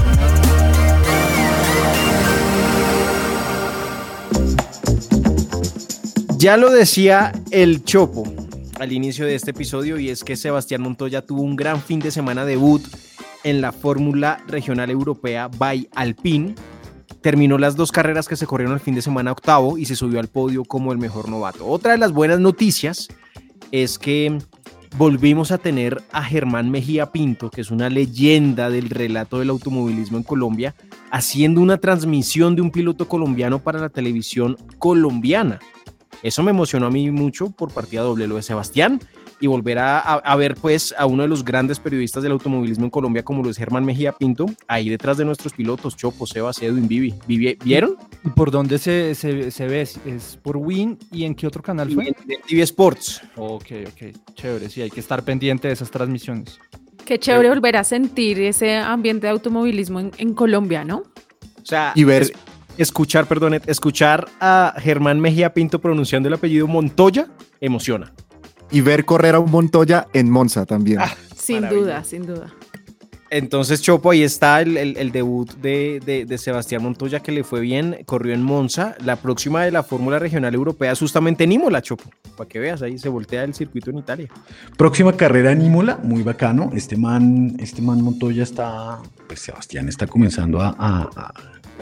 Ya lo decía el Chopo al inicio de este episodio, y es que Sebastián Montoya tuvo un gran fin de semana debut en la Fórmula Regional Europea by Alpine. Terminó las dos carreras que se corrieron el fin de semana octavo y se subió al podio como el mejor novato. Otra de las buenas noticias es que volvimos a tener a Germán Mejía Pinto, que es una leyenda del relato del automovilismo en Colombia, haciendo una transmisión de un piloto colombiano para la televisión colombiana. Eso me emocionó a mí mucho por partida doble, lo de Sebastián, y volver a, a, a ver pues a uno de los grandes periodistas del automovilismo en Colombia como lo es Germán Mejía Pinto, ahí detrás de nuestros pilotos, Chopo, Sebas, Edwin, Vivi. Vivi, ¿vieron? ¿Y por dónde se, se, se ve? ¿Es por Win? ¿Y en qué otro canal fue? En T V Sports. Ok, ok, chévere, sí, hay que estar pendiente de esas transmisiones. Qué chévere volver a sentir ese ambiente de automovilismo en, en Colombia, ¿no? O sea, y ver... Es, escuchar, perdón, escuchar a Germán Mejía Pinto pronunciando el apellido Montoya emociona. Y ver correr a un Montoya en Monza también. Ah, sin maravilla. duda, sin duda. Entonces, Chopo, ahí está el, el, el debut de, de, de Sebastián Montoya, que le fue bien, corrió en Monza. La próxima de la Fórmula Regional Europea es justamente en Imola, Chopo, para que veas, ahí se voltea el circuito en Italia. Próxima carrera en Imola, muy bacano. Este man, este man Montoya está, pues Sebastián está comenzando a... a, a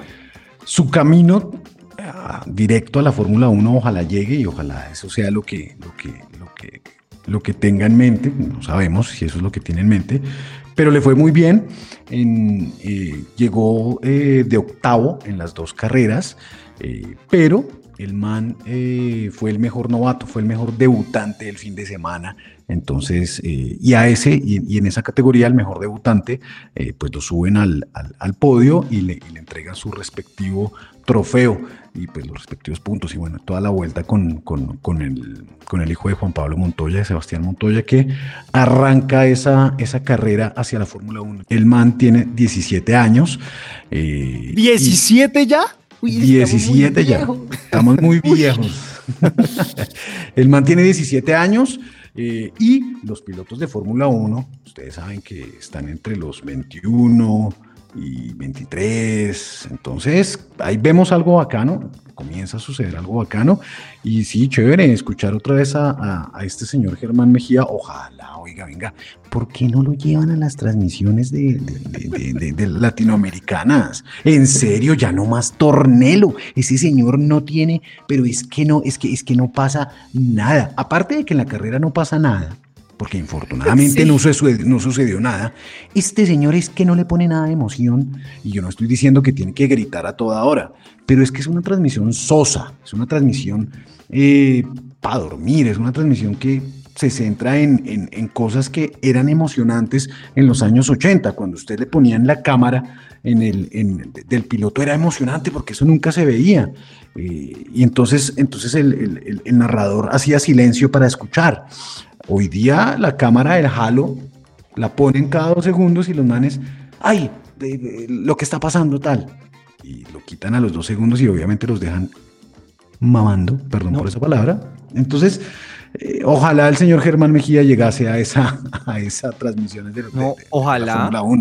su camino a, directo a la Fórmula uno, ojalá llegue y ojalá eso sea lo que, lo que, lo que, lo que tenga en mente. No sabemos si eso es lo que tiene en mente, pero le fue muy bien. En, eh, llegó eh, de octavo en las dos carreras, eh, pero el man eh, fue el mejor novato, fue el mejor debutante del fin de semana. Entonces, eh, y a ese, y, y en esa categoría, el mejor debutante, eh, pues lo suben al, al, al podio y le, y le entregan su respectivo trofeo y pues los respectivos puntos. Y bueno, toda la vuelta con, con, con, el, con el hijo de Juan Pablo Montoya, de Sebastián Montoya, que arranca esa, esa carrera hacia la Fórmula uno. El man tiene diecisiete años. Eh, ¿diecisiete ya? Uy, diecisiete ya. Estamos muy viejos. El man tiene diecisiete años. Eh, y los pilotos de Fórmula uno, ustedes saben que están entre los veintiuno y veintitrés, entonces ahí vemos algo bacano, comienza a suceder algo bacano, y sí, chévere escuchar otra vez a, a, a este señor Germán Mejía. Ojalá, oiga, venga, ¿por qué no lo llevan a las transmisiones de, de, de, de, de, de latinoamericanas? En serio, ya no más Tornelo, ese señor no tiene, pero es que no, es que, es que no pasa nada, aparte de que en la carrera no pasa nada, porque infortunadamente sí. no, sucedió, no sucedió nada. Este señor es que no le pone nada de emoción, y yo no estoy diciendo que tiene que gritar a toda hora, pero es que es una transmisión sosa, es una transmisión eh, para dormir, es una transmisión que se centra en, en, en cosas que eran emocionantes en los años ochenta, cuando usted le ponían la cámara en el, en, del piloto, era emocionante porque eso nunca se veía, eh, y entonces, entonces el, el, el narrador hacía silencio para escuchar. Hoy día la cámara del halo la ponen cada dos segundos y los manes, ¡ay! De, de, lo que está pasando tal. Y lo quitan a los dos segundos y obviamente los dejan mamando, perdón no. por esa palabra. Entonces, eh, ojalá el señor Germán Mejía llegase a esa, a esa transmisión de, no, de, de ojalá, la Fórmula uno.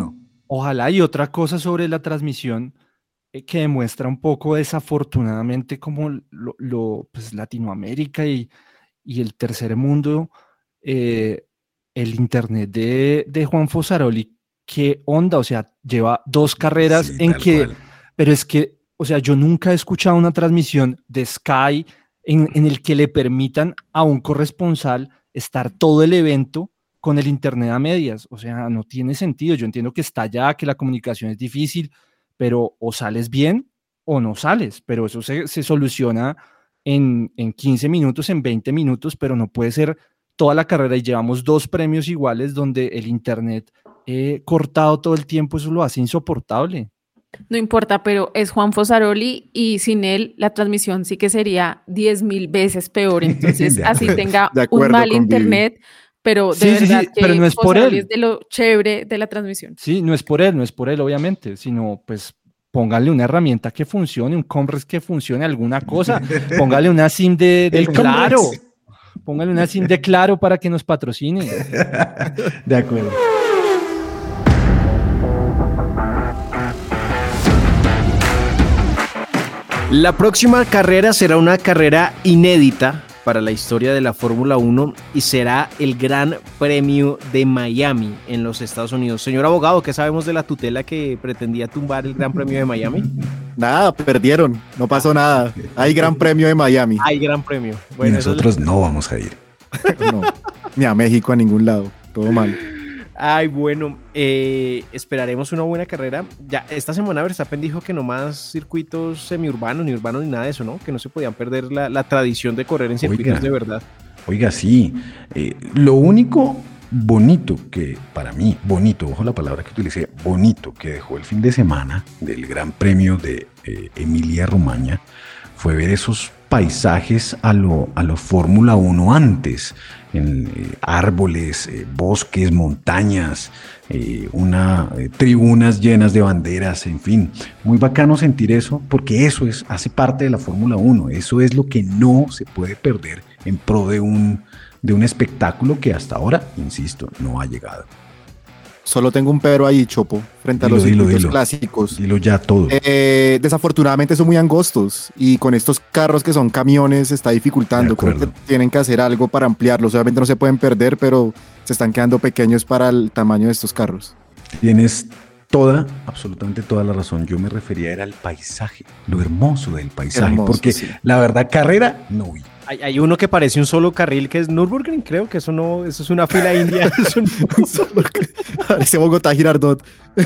Ojalá. Y otra cosa sobre la transmisión eh, que demuestra un poco desafortunadamente como lo, lo, pues Latinoamérica y, y el tercer mundo, eh, el internet de, de Juan Fosaroli, qué onda, o sea, lleva dos carreras sí, en que, cual. Pero es que, o sea, yo nunca he escuchado una transmisión de Sky en, en el que le permitan a un corresponsal estar todo el evento con el internet a medias. O sea, no tiene sentido. Yo entiendo que está allá, que la comunicación es difícil, pero o sales bien o no sales, pero eso se, se soluciona en, en quince minutos, en veinte minutos, pero no puede ser toda la carrera y llevamos dos premios iguales donde el internet eh, cortado todo el tiempo, eso lo hace insoportable. No importa, pero es Juan Fosaroli y sin él la transmisión sí que sería diez mil veces peor. Entonces, así tenga un mal internet, Vivi. Pero de sí, verdad sí, sí, que pero no es por él. Es de lo chévere de la transmisión. Sí, no es por él, no es por él, obviamente, sino pues póngale una herramienta que funcione, un Comrex que funcione, alguna cosa. Póngale una SIM de, de Claro. Póngale una SIM de Claro para que nos patrocine. De acuerdo. La próxima carrera será una carrera inédita para la historia de la Fórmula uno y será el Gran Premio de Miami en los Estados Unidos. Señor abogado, ¿qué sabemos de la tutela que pretendía tumbar el Gran Premio de Miami? Nada, perdieron, no pasó nada. Hay Gran Premio de Miami. Hay Gran Premio. Bueno, y nosotros es... no vamos a ir. No, ni a México, a ningún lado, todo mal. Ay, bueno, eh, esperaremos una buena carrera. Ya, esta semana Verstappen dijo que no más circuitos semiurbanos, ni urbanos, ni nada de eso, ¿no? Que no se podían perder la, la tradición de correr en circuitos oiga, de verdad. Oiga, sí. Eh, lo único bonito que, para mí, bonito, ojo la palabra que utilicé, bonito, que dejó el fin de semana del Gran Premio de eh, Emilia-Romagna, fue ver esos paisajes a lo, a lo Fórmula uno antes, en eh, árboles, eh, bosques, montañas, eh, una, eh, tribunas llenas de banderas, en fin, muy bacano sentir eso, porque eso es, hace parte de la Fórmula uno, eso es lo que no se puede perder en pro de un, de un espectáculo que hasta ahora, insisto, no ha llegado. Solo tengo un pero ahí, Chopo, frente a dilo, los dilo, circuitos dilo. clásicos. Dilo ya todo. Eh, desafortunadamente son muy angostos y con estos carros que son camiones se está dificultando. Creo que tienen que hacer algo para ampliarlos. Obviamente no se pueden perder, pero se están quedando pequeños para el tamaño de estos carros. Tienes toda, absolutamente toda la razón. Yo me refería era al paisaje, lo hermoso del paisaje, hermoso, porque sí. La verdad, carrera no vi. Hay, hay uno que parece un solo carril que es Nürburgring, creo que eso no, eso es una fila india. Eso no, solo... Parece Bogotá Girardot.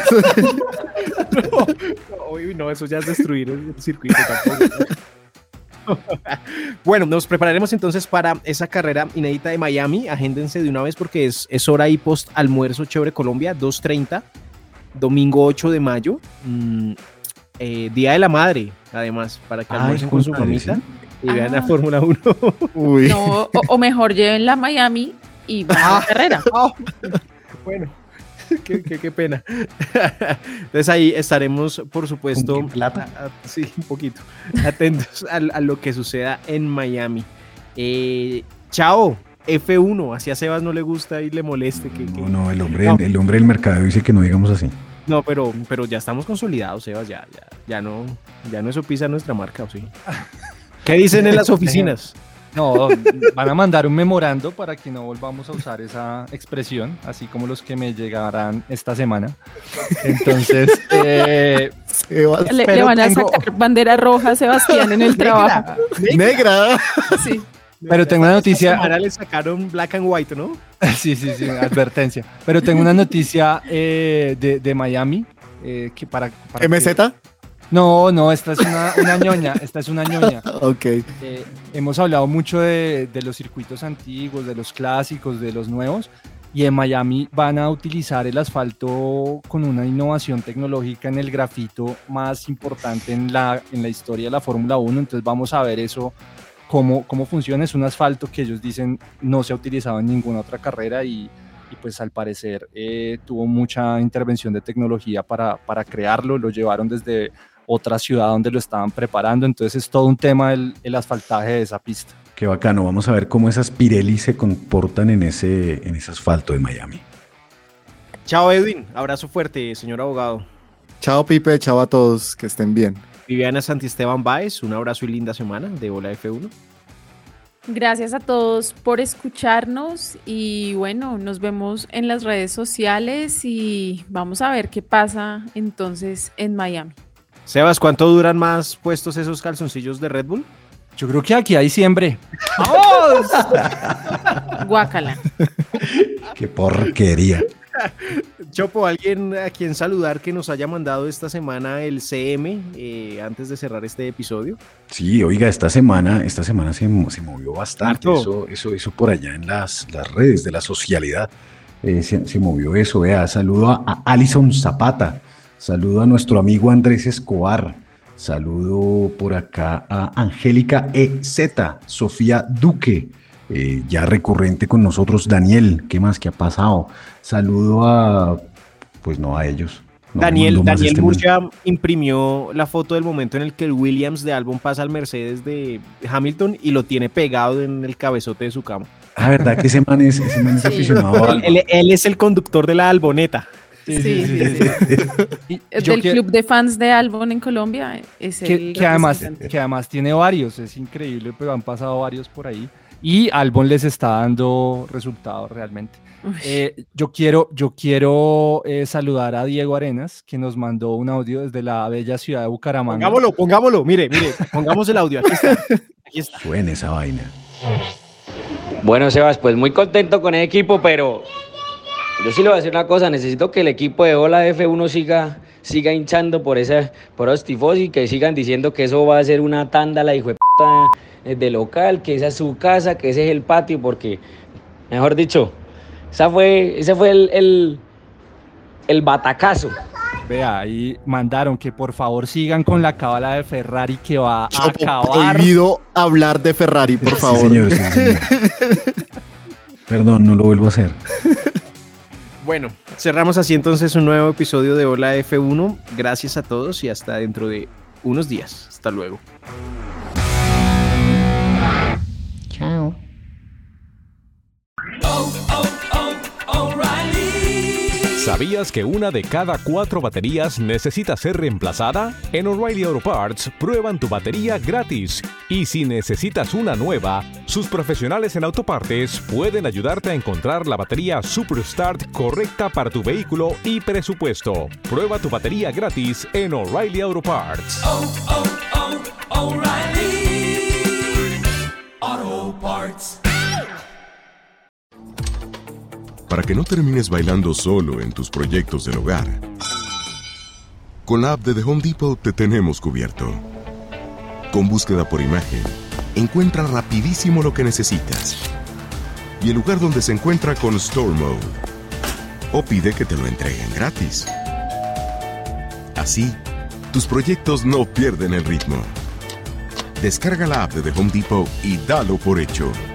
no, no, no, eso ya es destruir el circuito tampoco. Bueno, nos prepararemos entonces para esa carrera inédita de Miami. Agéndense de una vez porque es, es hora y post almuerzo Chévere Colombia, dos treinta, domingo ocho de mayo, mm, eh, Día de la Madre, además, para que almuercen con su mamita. ¿Sí? Y ah. vean la Fórmula uno. Uy. No, o, o mejor llévenla a Miami y van a la carrera. Oh. Bueno, qué, qué, qué pena. Entonces ahí estaremos, por supuesto, ¿con qué plata? A, a, sí, un poquito, atentos a, a lo que suceda en Miami. Eh, chao, F uno, así a Sebas no le gusta y le moleste. Que, no, que... no, el hombre, no. el hombre del mercado dice que no digamos así. No, pero, pero ya estamos consolidados, Sebas, ya, ya, ya no, ya no eso pisa nuestra marca, ¿o sí? ¿Qué dicen en las oficinas? No, van a mandar un memorando para que no volvamos a usar esa expresión, así como los que me llegarán esta semana. Entonces, eh, le, le van tengo... a sacar bandera roja a Sebastián en el trabajo. Negra. Sí. Pero tengo una noticia. Ahora le sacaron black and white, ¿no? Sí, sí, sí, advertencia. Pero tengo una noticia eh, de, de Miami. Eh, que para, para ¿M Z? Que... No, no, esta es una, una ñoña, esta es una ñoña. Ok. Eh, hemos hablado mucho de, de los circuitos antiguos, de los clásicos, de los nuevos, y en Miami van a utilizar el asfalto con una innovación tecnológica en el grafito más importante en la, en la historia de la Fórmula uno, entonces vamos a ver eso, cómo, cómo funciona. Es un asfalto que ellos dicen no se ha utilizado en ninguna otra carrera y, y pues al parecer eh, tuvo mucha intervención de tecnología para, para crearlo, lo llevaron desde otra ciudad donde lo estaban preparando, entonces es todo un tema el, el asfaltaje de esa pista. Qué bacano, vamos a ver cómo esas Pirelli se comportan en ese, en ese asfalto de Miami. Chao, Edwin. Abrazo fuerte, señor abogado. Chao, Pipe. Chao a todos. Que estén bien. Viviana Santisteban Báez, un abrazo y linda semana de Hola F uno. Gracias a todos por escucharnos y bueno, nos vemos en las redes sociales y vamos a ver qué pasa entonces en Miami. Sebas, ¿cuánto duran más puestos esos calzoncillos de Red Bull? Yo creo que aquí hay siempre. ¡Vamos! Guácala. Qué porquería. Chopo, ¿alguien a quien saludar que nos haya mandado esta semana el C M eh, antes de cerrar este episodio? Sí, oiga, esta semana, esta semana se, se movió bastante, eso, eso, eso por allá en las, las redes de la socialidad, eh, se, se movió eso, vea, saludo a, a Alison Zapata, saludo a nuestro amigo Andrés Escobar, saludo por acá a Angélica E Z, Sofía Duque, Eh, ya recurrente con nosotros, Daniel, ¿qué más que ha pasado? Saludo a, pues no a ellos. No, Daniel, no Daniel este Murcia imprimió la foto del momento en el que el Williams de Albon pasa al Mercedes de Hamilton y lo tiene pegado en el cabezote de su cama. Ah, ¿verdad que ese man es, ese man es Sí. aficionado a Él, él- él es el conductor de la Alboneta. Sí, sí, sí. sí. Y yo Del que- club de fans de Albon en Colombia es que, el que además, representante. que además tiene varios, es increíble, pero han pasado varios por ahí y Albon les está dando resultados realmente. Eh, yo quiero, yo quiero eh, saludar a Diego Arenas, que nos mandó un audio desde la bella ciudad de Bucaramanga. Pongámoslo, pongámoslo. Mire, mire, pongamos el audio. Aquí está. Aquí está. Suena esa vaina. Bueno, Sebas, pues muy contento con el equipo, pero yo sí le voy a decir una cosa, necesito que el equipo de Hola F uno siga, siga hinchando por, esa, por esos tifos y que sigan diciendo que eso va a ser una tanda, la hijo de puta de local, que esa es su casa, que ese es el patio, porque, mejor dicho, esa fue, ese fue el, el, el batacazo. Vea, ahí mandaron que por favor sigan con la cábala de Ferrari que va a Chopo, acabar. prohibido hablar de Ferrari, por favor. Sí, señor, sí, señor. Perdón, no lo vuelvo a hacer. Bueno, cerramos así entonces un nuevo episodio de Hola F uno. Gracias a todos y hasta dentro de unos días. Hasta luego. Chao. ¿Sabías que una de cada cuatro baterías necesita ser reemplazada? En O'Reilly Auto Parts prueban tu batería gratis. Y si necesitas una nueva, sus profesionales en autopartes pueden ayudarte a encontrar la batería Superstart correcta para tu vehículo y presupuesto. Prueba tu batería gratis en O'Reilly Auto Parts. Oh, oh, oh, O'Reilly Auto Parts. Para que no termines bailando solo en tus proyectos del hogar. Con la app de The Home Depot te tenemos cubierto. Con búsqueda por imagen, encuentra rapidísimo lo que necesitas. Y el lugar donde se encuentra con Store Mode. O pide que te lo entreguen gratis. Así, tus proyectos no pierden el ritmo. Descarga la app de The Home Depot y dalo por hecho.